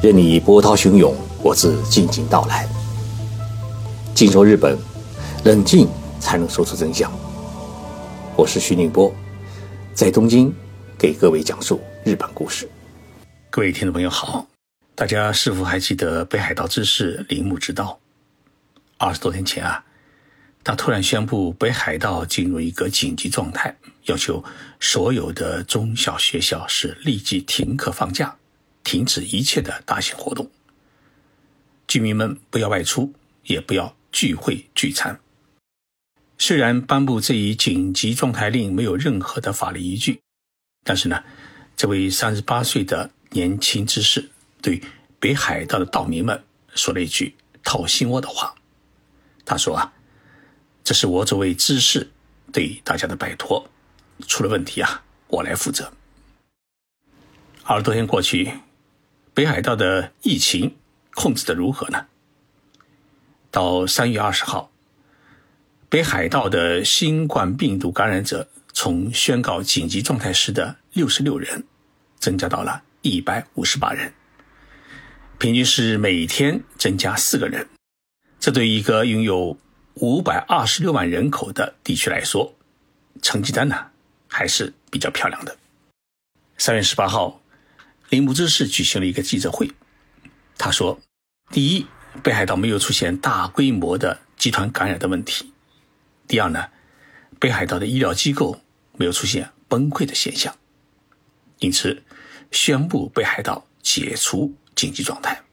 任你波涛汹涌，我自静静到来。静说日本，冷静才能说出真相。我是徐宁波，在东京给各位讲述日本故事。 各位听众朋友好，大家是否还记得北海道知事铃木直道？20多天前他突然宣布北海道进入一个紧急状态，要求所有的中小学校是立即停课放假，停止一切的大型活动，居民们不要外出，也不要聚会聚餐。虽然颁布这一紧急状态令没有任何的法律依据，但是呢，这位38岁的年轻知事对北海道的道民们说了一句掏心窝的话。他说这是我作为知事对大家的拜托，出了问题我来负责。20多天过去，北海道的疫情控制得如何呢？到3月20号，北海道的新冠病毒感染者从宣告紧急状态时的66人增加到了158人，平均是每天增加4个人。这对于一个拥有526万人口的地区来说，成绩单还是比较漂亮的。3月18号，铃木知事举行了一个记者会，他说，第一，北海道没有出现大规模的集团感染的问题。第二呢，北海道的医疗机构没有出现崩溃的现象，因此宣布北海道解除紧急状态。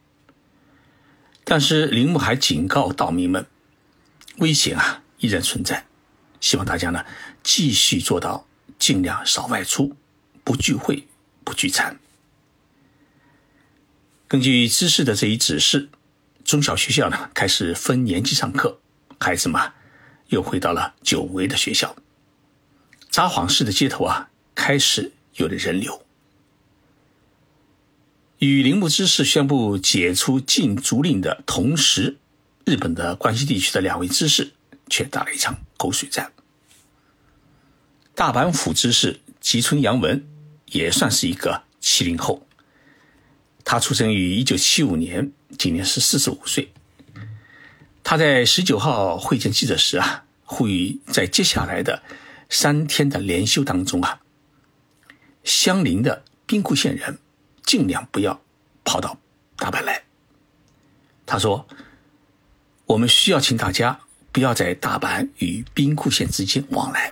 但是铃木还警告道民们，危险依然存在，希望大家呢继续做到尽量少外出，不聚会，不聚餐。根据知事的这一指示，中小学校呢开始分年级上课，孩子们又回到了久违的学校。札幌市的街头开始有了人流。与铃木知事宣布解除禁足令的同时，日本的关西地区的2位知事却打了一场口水战。大阪府知事吉村洋文也算是一个70后，他出生于1975年，今年是45岁。他在19号会见记者时呼吁在接下来的3天的连休当中相邻的兵库县人尽量不要跑到大阪来。他说，我们需要请大家不要在大阪与兵库县之间往来。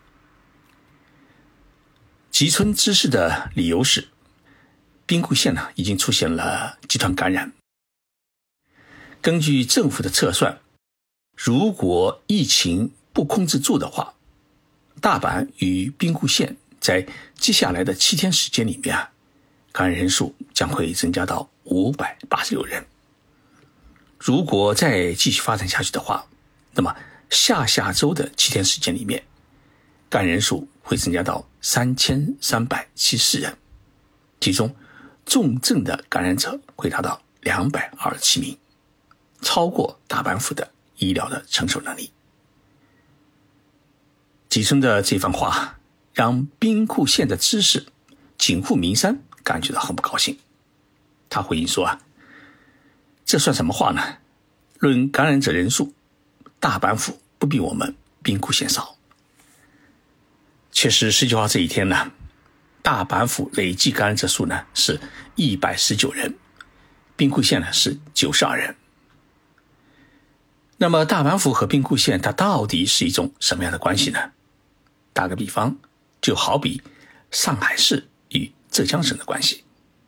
吉村知事的理由是，兵库县已经出现了集团感染。根据政府的测算，如果疫情不控制住的话，大阪与兵库县在接下来的7天时间里面感染人数将会增加到586人。如果再继续发展下去的话，那么下周的7天时间里面，感染人数会增加到3374人，其中重症的感染者会达到227名，超过大阪府的医疗的承受能力。吉村的这番话让兵库县的知事井户明山感觉到很不高兴。他回应说这算什么话呢？论感染者人数，大阪府不比我们兵库县少。确实19号这一天大阪府累计感染者数是119人，兵库县是92人。那么大阪府和兵库县它到底是一种什么样的关系呢？打个比方，就好比上海市与浙江省的关系。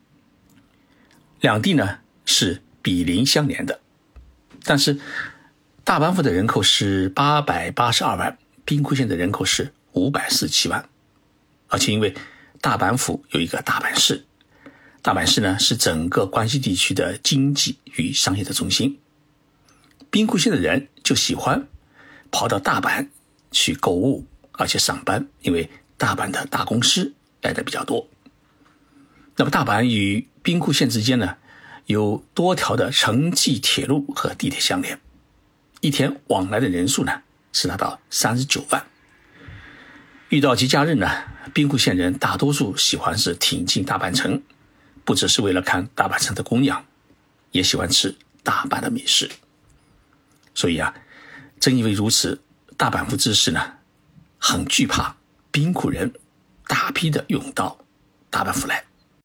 两地是比邻相连的，但是大阪府的人口是882万，兵库县的人口是547万，而且因为大阪府有一个大阪市，大阪市是整个关西地区的经济与商业的中心。兵库县的人就喜欢跑到大阪去购物，而且上班，因为大阪的大公司来的比较多。那么大阪与兵库县之间有多条的城际铁路和地铁相连，一天往来的人数是达到39万。遇到节假日兵库县人大多数喜欢是挺进大阪城， 不只是为了看大阪城的姑娘，也喜欢吃大阪的美食。所以正因为如此，大阪府知事呢很惧怕兵库人大批的涌到大阪府来。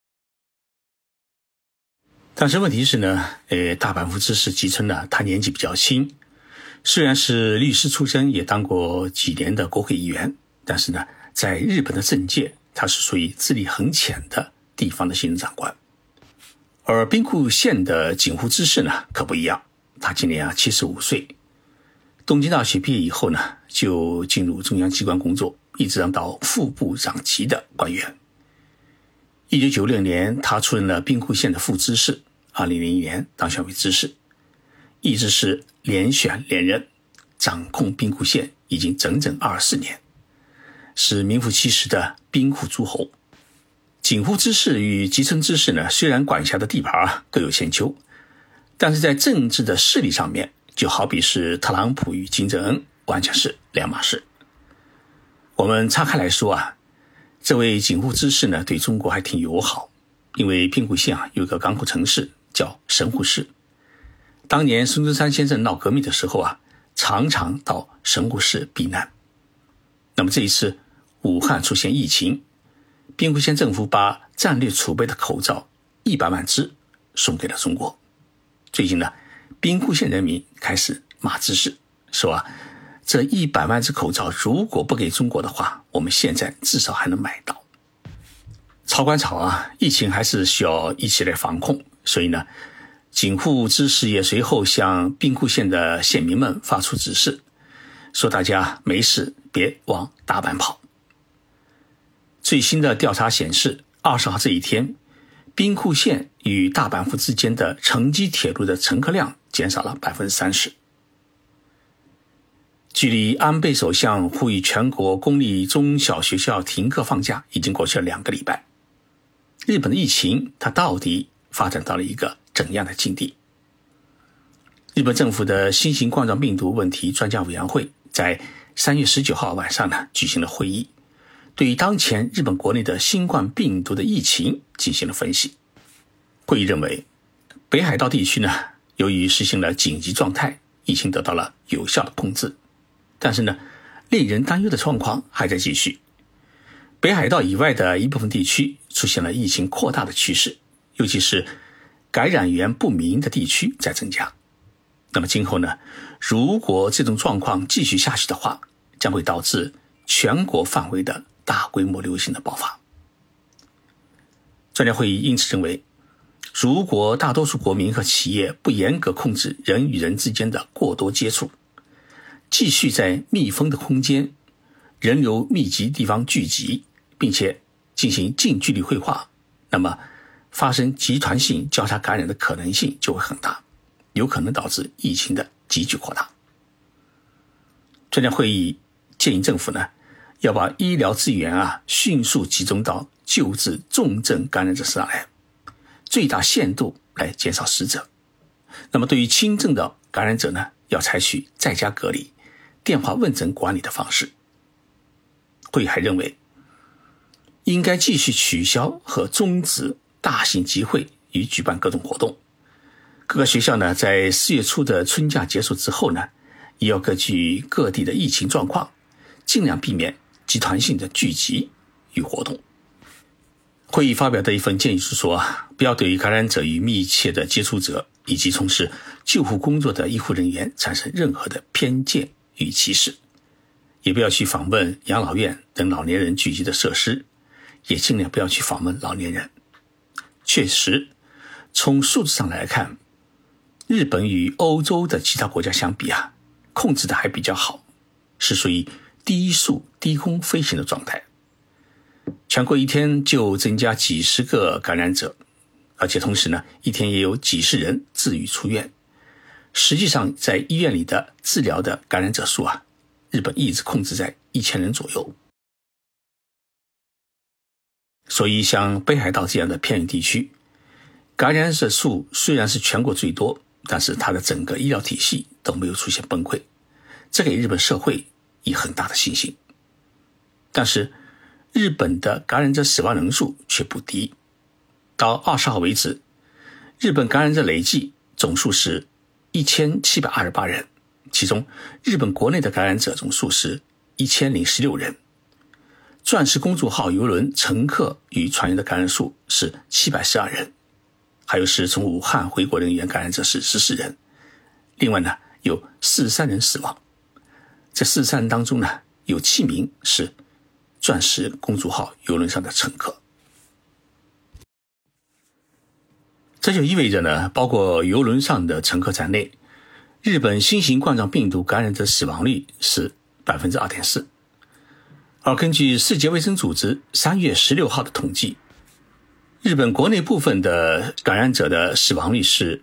但是问题是呢，大阪府知事吉村呢，他年纪比较轻，虽然是律师出身，也当过几年的国会议员，但是呢，在日本的政界，他是属于资历很浅的地方的行政长官。而兵库县的井户知事呢，可不一样，他今年75岁，东京大学毕业以后呢，就进入中央机关工作，一直当到副部长级的官员。1996年，他出任了兵库县的副知事，2001年当选为知事，一直是连选连任，掌控兵库县已经整整24年，是名副其实的兵库诸侯。井户知事与吉村知事呢，虽然管辖的地盘各有千秋，但是在政治的势力上面，就好比是特朗普与金正恩，完全是两码事。我们岔开来说这位井户知事呢，对中国还挺友好，因为兵库县有一个港口城市叫神户市。当年孙中山先生闹革命的时候常常到神户市避难。那么这一次武汉出现疫情，兵库县政府把战略储备的口罩100万只送给了中国。最近呢，兵库县人民开始骂知识，说这100万只口罩如果不给中国的话，我们现在至少还能买到。吵归吵疫情还是需要一起来防控，所以呢，井户知事也随后向兵库县的县民们发出指示，说大家没事别往大阪跑。最新的调查显示，20号这一天，兵库县与大阪府之间的城际铁路的乘客量减少了 30%。距离安倍首相呼吁全国公立中小学校停课放假已经过去了2个礼拜，日本的疫情它到底发展到了一个怎样的境地？日本政府的新型冠状病毒问题专家委员会在3月19号晚上呢举行了会议，对于当前日本国内的新冠病毒的疫情进行了分析。会议认为，北海道地区呢，由于实行了紧急状态，疫情得到了有效的控制。但是呢，令人担忧的状况还在继续。北海道以外的一部分地区出现了疫情扩大的趋势，尤其是感染源不明的地区在增加。那么今后呢，如果这种状况继续下去的话，将会导致全国范围的大规模流行的爆发。专家会议因此认为，如果大多数国民和企业不严格控制人与人之间的过多接触，继续在密封的空间、人流密集地方聚集，并且进行近距离会话，那么发生集团性交叉感染的可能性就会很大，有可能导致疫情的急剧扩大。专家会议建议政府呢，要把医疗资源迅速集中到救治重症感染者身上来，最大限度来减少死者。那么对于轻症的感染者呢，要采取在家隔离、电话问诊管理的方式。会议还认为，应该继续取消和终止大型集会与举办各种活动。各个学校呢，在4月初的春假结束之后呢，也要根据各地的疫情状况，尽量避免集团性的聚集与活动。会议发表的一份建议是说不要对于感染者与密切的接触者以及从事救护工作的医护人员产生任何的偏见与歧视，也不要去访问养老院等老年人聚集的设施，也尽量不要去访问老年人。确实，从数字上来看，日本与欧洲的其他国家相比控制的还比较好，是属于低速低空飞行的状态。全国一天就增加几十个感染者，而且同时呢，一天也有几十人治愈出院。实际上在医院里的治疗的感染者数日本一直控制在1000人左右。所以像北海道这样的偏远地区，感染者数虽然是全国最多，但是它的整个医疗体系都没有出现崩溃，这给日本社会以很大的信心。但是日本的感染者死亡人数却不低， 到20号为止，日本感染者累计总数是1728人，其中日本国内的感染者总数是1016人。钻石公主号邮轮乘客与船员的感染数是712人，还有是从武汉回国人员感染者是14人。另外呢，有43人死亡。这43人当中呢，有7名是钻石公主号邮轮上的乘客。这就意味着呢，包括邮轮上的乘客在内，日本新型冠状病毒感染者死亡率是 2.4%。而根据世界卫生组织3月16号的统计，日本国内部分的感染者的死亡率是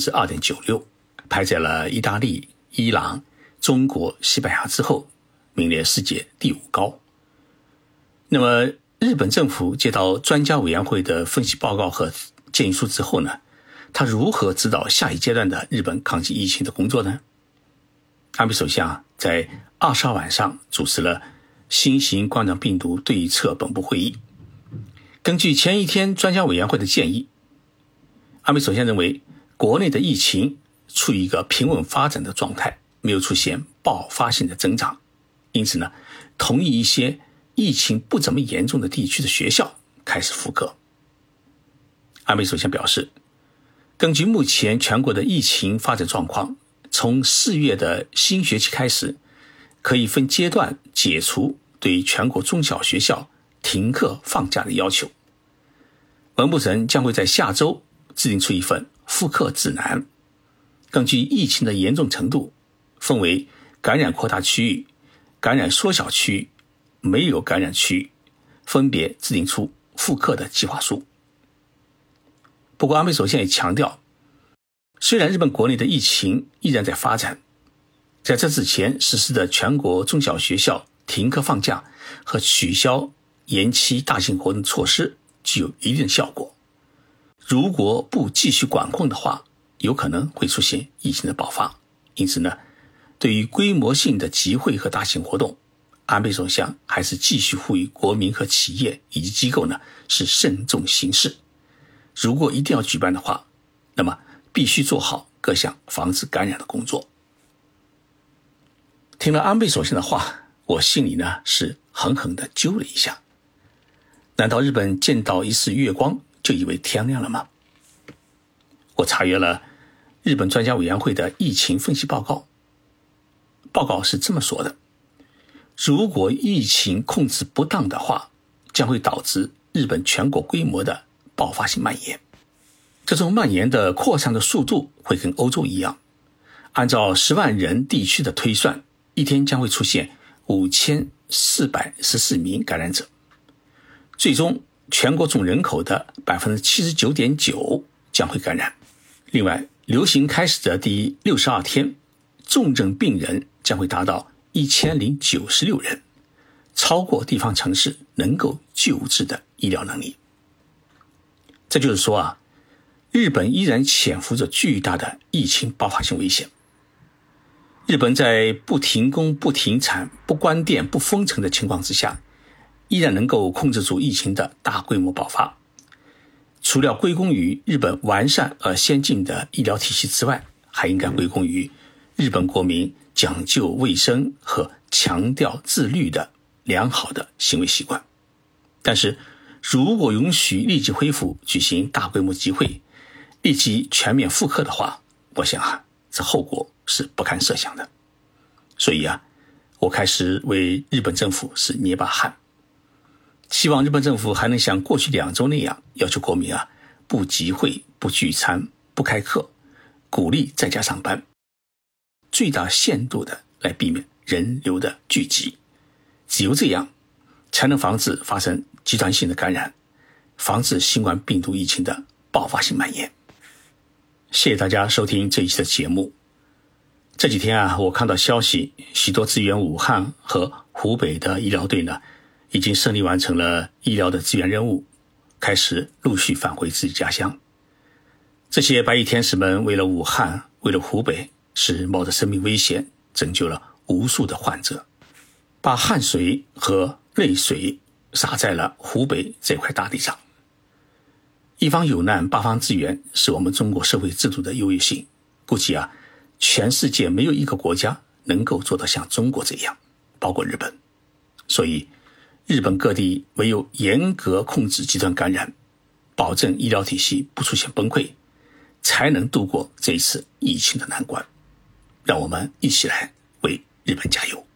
2.96%， 排在了意大利、伊朗、中国、西班牙之后，名列世界第5高。那么日本政府接到专家委员会的分析报告和建议书之后呢，他如何指导下一阶段的日本抗击疫情的工作呢？安倍首相在20号晚上主持了新型冠状病毒对策本部会议。根据前一天专家委员会的建议，安倍首相认为国内的疫情处于一个平稳发展的状态，没有出现爆发性的增长，因此呢，同意一些疫情不怎么严重的地区的学校开始复课。安倍首相表示，根据目前全国的疫情发展状况，从4月的新学期开始，可以分阶段解除对全国中小学校停课放假的要求。文部省将会在下周制定出一份复课指南，根据疫情的严重程度，分为感染扩大区域、感染缩小区域、没有感染区域，分别制定出复课的计划书。不过安倍首相也强调，虽然日本国内的疫情依然在发展，在这之前实施的全国中小学校停课放假和取消延期大型活动措施具有一定的效果，如果不继续管控的话，有可能会出现疫情的爆发。因此呢，对于规模性的集会和大型活动，安倍首相还是继续呼吁国民和企业以及机构呢是慎重行事。如果一定要举办的话，那么必须做好各项防止感染的工作。听了安倍首相的话，我心里呢是狠狠地揪了一下。难道日本见到一次月光就以为天亮了吗？我查阅了日本专家委员会的疫情分析报告，报告是这么说的：如果疫情控制不当的话，将会导致日本全国规模的爆发性蔓延。这种蔓延的扩散的速度会跟欧洲一样，按照10万人地区的推算，一天将会出现5414名感染者，最终全国总人口的 79.9% 将会感染。另外，流行开始的第62天，重症病人将会达到1096人，超过地方城市能够救治的医疗能力。这就是说日本依然潜伏着巨大的疫情爆发性危险。日本在不停工、不停产、不关店、不封城的情况之下，依然能够控制住疫情的大规模爆发。除了归功于日本完善而先进的医疗体系之外，还应该归功于日本国民讲究卫生和强调自律的良好的行为习惯。但是如果允许立即恢复举行大规模集会，立即全面复课的话，我想这后果是不堪设想的。所以我开始为日本政府是捏把汗，希望日本政府还能像过去2周那样，要求国民不集会、不聚餐、不开课，鼓励在家上班，最大限度的来避免人流的聚集。只有这样，才能防止发生极端性的感染，防止新冠病毒疫情的爆发性蔓延。谢谢大家收听这一期的节目。这几天我看到消息，许多支援武汉和湖北的医疗队呢，已经顺利完成了医疗的支援任务，开始陆续返回自己家乡。这些白衣天使们为了武汉，为了湖北，是冒着生命危险拯救了无数的患者，把汗水和泪水洒在了湖北这块大地上。 一方有难八方支援是我们中国社会制度的优越性，估计全世界没有一个国家能够做到像中国这样，包括日本。所以日本各地唯有严格控制集团感染，保证医疗体系不出现崩溃，才能度过这一次疫情的难关。让我们一起来为日本加油。